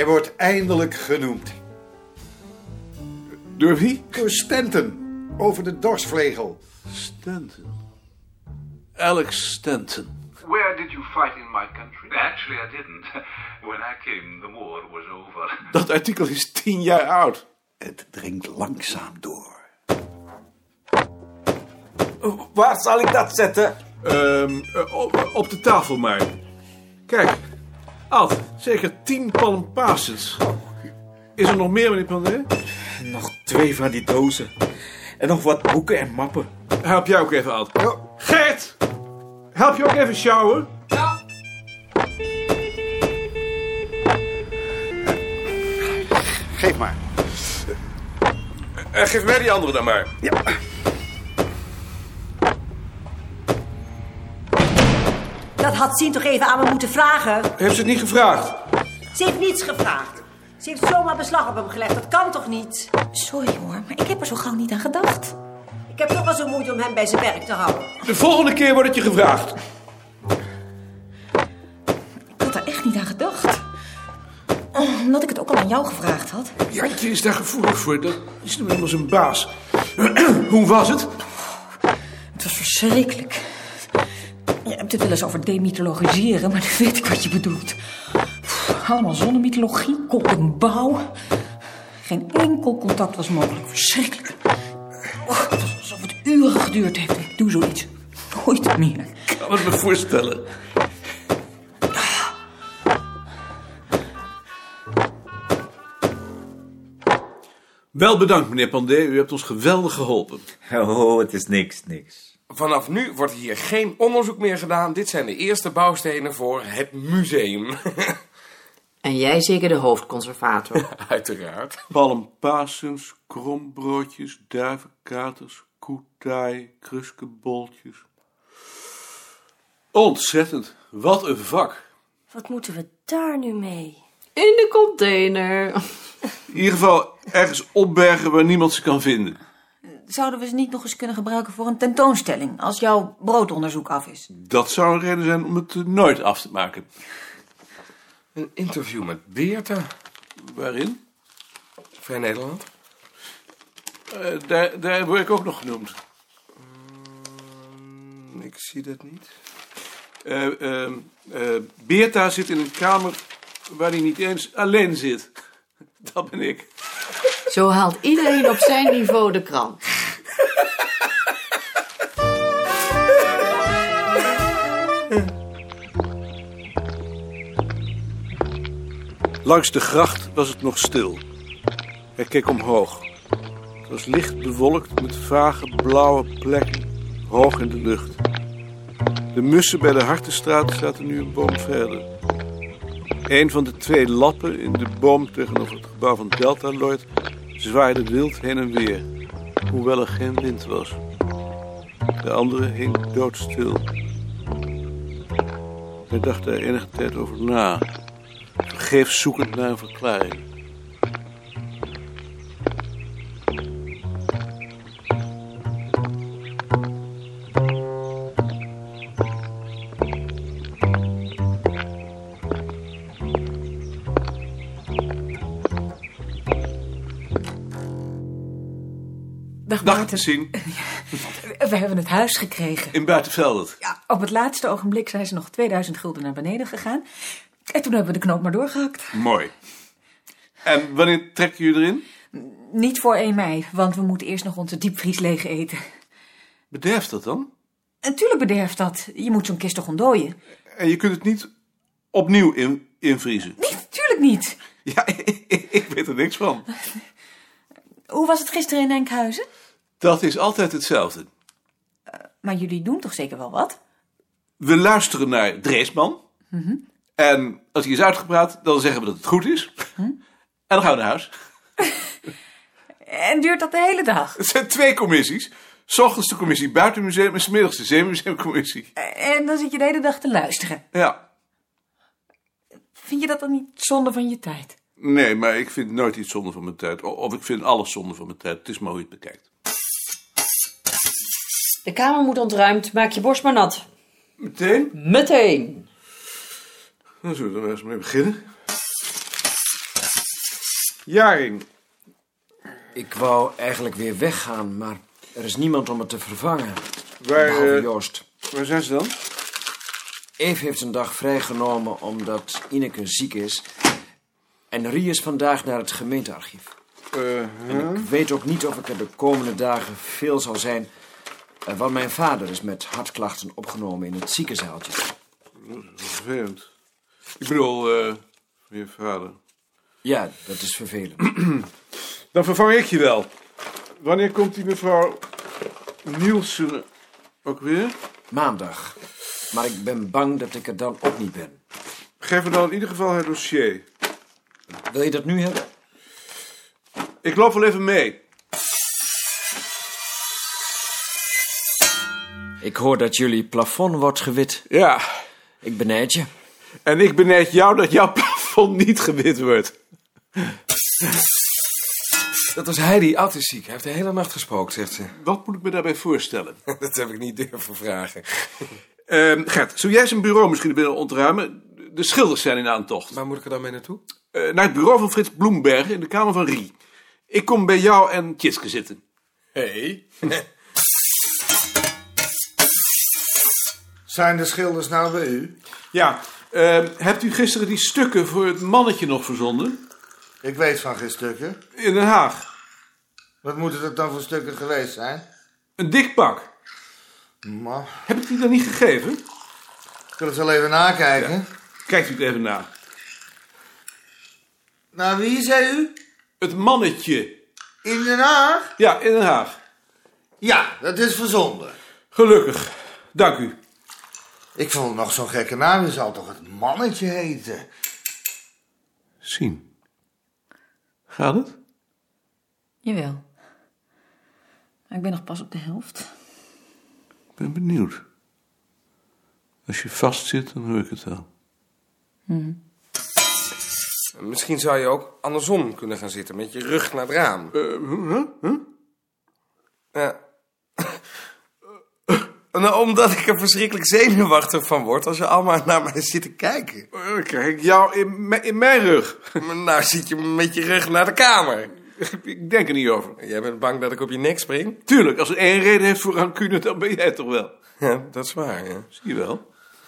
Hij wordt eindelijk genoemd. Door wie? Door Stanton. Over de dorsvlegel. Stanton. Alex Stanton. Where did you fight in my country? Actually, I didn't. When I came, the war was over. Dat artikel is 10 jaar oud. Het dringt langzaam door. Waar zal ik dat zetten? Op de tafel maar. Kijk, Ad, zeker 10 palmpasens. Is er nog meer, meneer Pandé? Nog 2 van die dozen. En nog wat boeken en mappen. Help jij ook even, Ad? Ja. Gert! Help je ook even sjouwen? Ja. Geef maar. Geef mij die andere dan maar. Ja. Dat had Sien toch even aan me moeten vragen? Heeft ze het niet gevraagd? Ze heeft niets gevraagd. Ze heeft zomaar beslag op hem gelegd. Dat kan toch niet? Sorry hoor, maar ik heb er zo gauw niet aan gedacht. Ik heb toch wel zo moeite om hem bij zijn werk te houden. De volgende keer wordt het je gevraagd. Ik had er echt niet aan gedacht. Omdat ik het ook al aan jou gevraagd had. Jantje is daar gevoelig voor. Dat is nu helemaal zijn baas. Hoe was het? Het was verschrikkelijk. Je hebt het wel eens over demythologiseren, maar nu weet ik wat je bedoelt. Allemaal zonnemythologie, kop en bouw. Geen enkel contact was mogelijk. Verschrikkelijk. Het was alsof het uren geduurd heeft. Ik doe zoiets nooit meer. Ik kan het me voorstellen. Wel bedankt, meneer Pandé. U hebt ons geweldig geholpen. Oh, het is niks. Vanaf nu wordt hier geen onderzoek meer gedaan. Dit zijn de eerste bouwstenen voor het museum. En jij zeker de hoofdconservator. Uiteraard. Palmpasens, krombroodjes, duivenkaters, koetaai, kruskeboltjes. Ontzettend. Wat een vak. Wat moeten we daar nu mee? In de container. In ieder geval ergens opbergen waar niemand ze kan vinden. Zouden we ze niet nog eens kunnen gebruiken voor een tentoonstelling, als jouw broodonderzoek af is? Dat zou een reden zijn om het nooit af te maken. Een interview met Beerta. Waarin? Vrij Nederland. Daar word ik ook nog genoemd. Ik zie dat niet. Beerta zit in een kamer waar hij niet eens alleen zit. Dat ben ik. Zo haalt iedereen op zijn niveau de krant. Langs de gracht was het nog stil. Hij keek omhoog. Het was licht bewolkt met vage blauwe plekken hoog in de lucht. De mussen bij de Hartenstraat zaten nu een boom verder. Een van de 2 lappen in de boom tegenover het gebouw van Deltaloid zwaaide wild heen en weer, hoewel er geen wind was. De andere hing doodstil. Hij dacht daar enige tijd over na, vergeefs zoekend naar een verklaring. Dag te zien. We hebben het huis gekregen. In Buitenveldert. Ja, op het laatste ogenblik zijn ze nog 2000 gulden naar beneden gegaan. En toen hebben we de knoop maar doorgehakt. Mooi. En wanneer trekken jullie erin? Niet voor 1 mei, want we moeten eerst nog onze diepvries leeg eten. Bederft dat dan? Natuurlijk bederft dat. Je moet zo'n kist toch ontdooien? En je kunt het niet opnieuw invriezen? Nee, natuurlijk niet. Ja, ik weet er niks van. Hoe was het gisteren in Enkhuizen? Dat is altijd hetzelfde. Maar jullie doen toch zeker wel wat? We luisteren naar Dreesman. En als hij is uitgepraat, dan zeggen we dat het goed is. En dan gaan we naar huis. En duurt dat de hele dag? Het zijn 2 commissies. 's Ochtends de commissie Buitenmuseum en 's middags de Zeemuseumcommissie. En dan zit je de hele dag te luisteren. Ja. Vind je dat dan niet zonde van je tijd? Nee, maar ik vind nooit iets zonde van mijn tijd. Of ik vind alles zonde van mijn tijd. Het is maar hoe je het bekijkt. De kamer moet ontruimd. Maak je borst maar nat. Meteen? Meteen. Dan zullen we er eens mee beginnen. Jaring. Ik wou eigenlijk weer weggaan, maar er is niemand om me te vervangen. Waar, Behalve Joost. Waar zijn ze dan? Eve heeft een dag vrijgenomen omdat Ineke ziek is. En Rie is vandaag naar het gemeentearchief. En ik weet ook niet of ik er de komende dagen veel zal zijn. Want mijn vader is met hartklachten opgenomen in het ziekenzaaltje. Vervelend. Ik bedoel, je vader. Ja, dat is vervelend. Dan vervang ik je wel. Wanneer komt die mevrouw Nielsen ook weer? Maandag. Maar ik ben bang dat ik er dan ook niet ben. Geef me dan in ieder geval het dossier. Wil je dat nu hebben? Ik loop wel even mee. Ik hoor dat jullie plafond wordt gewit. Ja. Ik benijd je. En ik benijd jou dat jouw plafond niet gewit wordt. Dat was Heidi, altijd ziek. Hij heeft de hele nacht gespookt, zegt ze. Wat moet ik me daarbij voorstellen? Dat heb ik niet durven vragen. Gert, zou jij zijn bureau misschien binnen ontruimen? De schilders zijn in aantocht. Waar moet ik er dan mee naartoe? Naar het bureau van Frits Bloembergen in de kamer van Rie. Ik kom bij jou en Tjitske zitten. Hé. Zijn de schilders nou bij u? Ja, hebt u gisteren die stukken voor het mannetje nog verzonden? Ik weet van geen stukken. In Den Haag. Wat moeten dat dan voor stukken geweest zijn? Een dik pak. Maar, Heb ik die dan niet gegeven? ik wil het wel even nakijken. Ja. Kijkt u het even na. Nou, wie zei u? Het mannetje. In Den Haag? Ja, in Den Haag. Ja, dat is verzonden. Gelukkig. Dank u. Ik vond het nog zo'n gekke naam. Je zal toch het mannetje heten? Sien. Gaat het? Jawel. Maar ik ben nog pas op de helft. Ik ben benieuwd. Als je vast zit, dan hoor ik het wel. Misschien zou je ook andersom kunnen gaan zitten, met je rug naar het raam. Ja. Nou, omdat ik er verschrikkelijk zenuwachtig van word als je allemaal naar mij zit te kijken. Dan krijg ik jou in mijn rug. Maar nou zit je met je rug naar de kamer. Ik denk er niet over. Jij bent bang dat ik op je nek spring? Tuurlijk, als er één reden heeft voor rancune, dan ben jij het toch wel. Ja, dat is waar, ja. Zie je wel.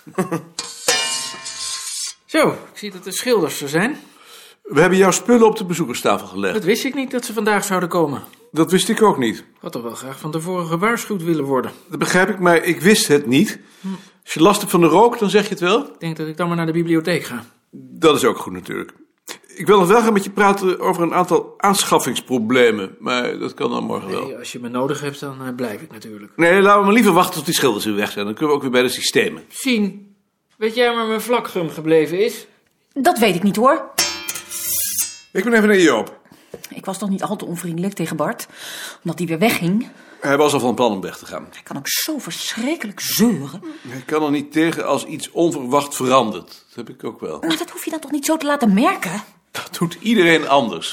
Zo, ik zie dat de schilders er zijn. We hebben jouw spullen op de bezoekerstafel gelegd. Dat wist ik niet dat ze vandaag zouden komen. Dat wist ik ook niet. Ik had toch wel graag van tevoren gewaarschuwd willen worden. Dat begrijp ik, maar ik wist het niet. Als je last hebt van de rook, dan zeg je het wel. Ik denk dat ik dan maar naar de bibliotheek ga. Dat is ook goed natuurlijk. Ik wil nog wel gaan met je praten over een aantal aanschaffingsproblemen. Maar dat kan dan morgen wel. Nee, als je me nodig hebt, dan blijf ik natuurlijk. Nee, laten we maar liever wachten tot die schilders weer weg zijn. Dan kunnen we ook weer bij de systemen. Sien, weet jij waar mijn vlakgum gebleven is? Dat weet ik niet, hoor. Ik ben even naar Joop. Ik was toch niet al te onvriendelijk tegen Bart, omdat hij weer wegging. Hij was al van plan om weg te gaan. Hij kan ook zo verschrikkelijk zeuren. Hij kan er niet tegen als iets onverwacht verandert. Dat heb ik ook wel. Maar dat hoef je dan toch niet zo te laten merken? Dat doet iedereen anders.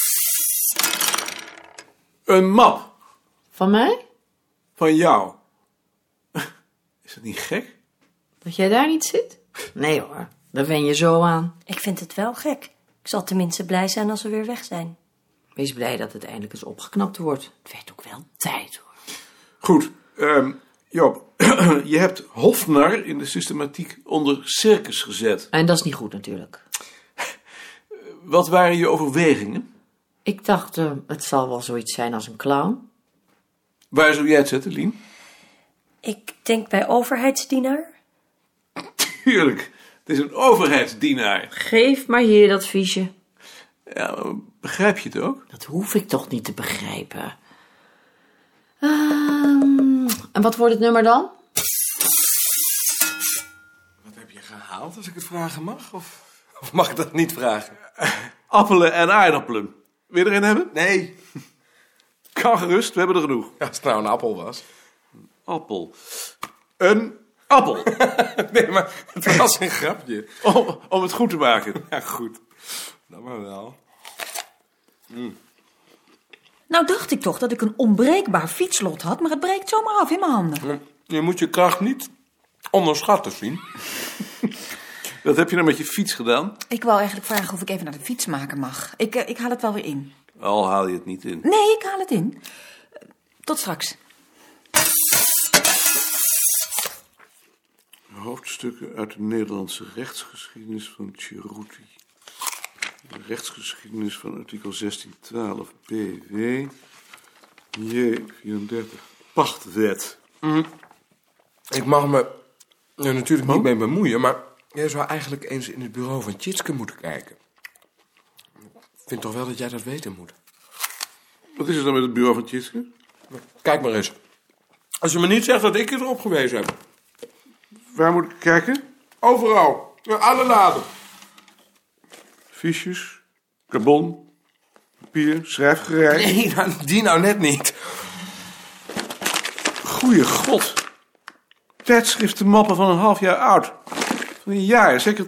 Een map. Van mij? Van jou. Is dat niet gek? Dat jij daar niet zit? Nee hoor, daar wen je zo aan. Ik vind het wel gek. Ik zal tenminste blij zijn als we weer weg zijn. Wees blij dat het eindelijk eens opgeknapt wordt. Het werd ook wel tijd hoor. Goed, Joop. Je hebt Hofnar in de systematiek onder circus gezet. En dat is niet goed natuurlijk. Wat waren je overwegingen? Ik dacht, het zal wel zoiets zijn als een clown. Waar zou jij het zetten, Lien? Ik denk bij overheidsdienaar. Tuurlijk, het is een overheidsdienaar. Geef maar hier dat fiche. Ja, maar begrijp je het ook? Dat hoef ik toch niet te begrijpen. En wat wordt het nummer dan? Wat heb je gehaald, als ik het vragen mag? Of mag ik dat niet vragen? Appelen en aardappelen. Wil je er een hebben? Nee. Kan gerust, we hebben er genoeg. Ja, als het nou een appel was. Appel. Een appel. Nee, maar het was een grapje. Om het goed te maken. Ja, goed. Dat maar wel. Nou dacht ik toch dat ik een onbreekbaar fietslot had, maar het breekt zomaar af in mijn handen. Je moet je kracht niet onderschatten, Sien. Wat heb je nou met je fiets gedaan? Ik wou eigenlijk vragen of ik even naar de fietsmaker mag. Ik haal het wel weer in. Al haal je het niet in. Nee, ik haal het in. Tot straks. Hoofdstukken uit de Nederlandse rechtsgeschiedenis van Cerruti. De rechtsgeschiedenis van artikel 1612 BW. J34. Pachtwet. Ik mag me er natuurlijk niet mee bemoeien, maar jij zou eigenlijk eens in het bureau van Tjitske moeten kijken. Ik vind toch wel dat jij dat weten moet. Wat is er dan met het bureau van Tjitske? Kijk maar eens. Als je me niet zegt dat ik je erop gewezen heb. Waar moet ik kijken? Overal. In alle laden. Fiches, carbon, papier, schrijfgerei. Nee, die nou net niet. Goeie god. Tijdschriftenmappen van een half jaar oud. Van een jaar, zeker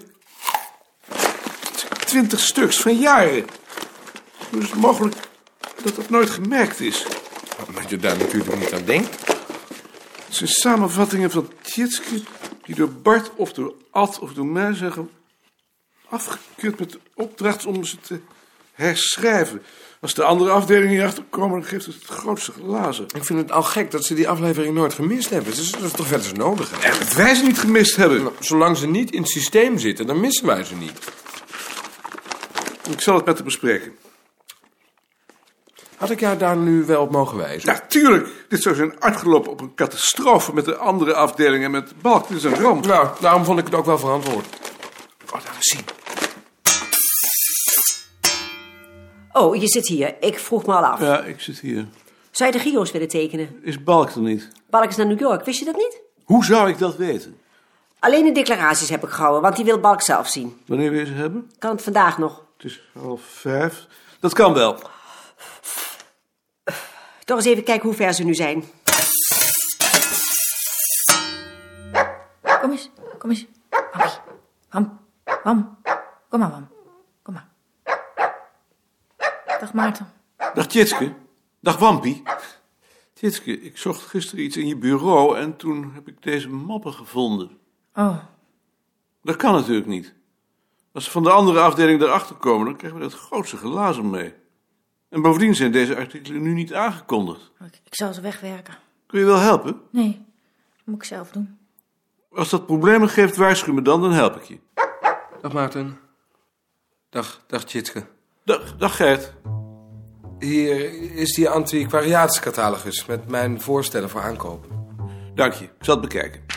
20 stuks van jaren. Hoe is het mogelijk dat dat nooit gemerkt is? Omdat je daar natuurlijk niet aan denkt. Het zijn samenvattingen van Tjitske die door Bart of door Ad of door mij zijn afgekeurd met de opdracht om ze te herschrijven. Als de andere afdelingen hierachter komen, dan geeft het grootste glazen. Ik vind het al gek dat ze die aflevering nooit gemist hebben. Dat is toch verder nodig. Hè? En dat wij ze niet gemist hebben. Nou, zolang ze niet in het systeem zitten, dan missen wij ze niet. Ik zal het met haar bespreken. Had ik jou daar nu wel op mogen wijzen? Natuurlijk. Dit zou zijn uitgelopen op een catastrofe met de andere afdelingen met Balk. Dit is een ramp. Nou, daarom vond ik het ook wel verantwoord. Laat eens zien. Oh, je zit hier. Ik vroeg me al af. Ja, ik zit hier. Zou je de Gio's willen tekenen? Is Balk er niet? Balk is naar New York, wist je dat niet? Hoe zou ik dat weten? Alleen de declaraties heb ik gehouden, want die wil Balk zelf zien. Wanneer wil je ze hebben? Kan het vandaag nog? Het is 4:30. Dat kan wel. Toch eens even kijken hoe ver ze nu zijn. Kom eens. Wampie. Wam. Kom maar, Wam. Kom maar. Dag Maarten. Dag Tjitske. Dag Wampie. Tjitske, ik zocht gisteren iets in je bureau en toen heb ik deze mappen gevonden. Oh. Dat kan natuurlijk niet. Als ze van de andere afdeling erachter komen, dan krijgen we dat grootste glazen mee. En bovendien zijn deze artikelen nu niet aangekondigd. Ik zal ze wegwerken. Kun je wel helpen? Nee, dat moet ik zelf doen. Als dat problemen geeft, waarschuw me dan help ik je. Dag Maarten. Dag Tjitske. Dag Gert. Hier is die antiquariaatscatalogus met mijn voorstellen voor aankoop. Dank je, ik zal het bekijken.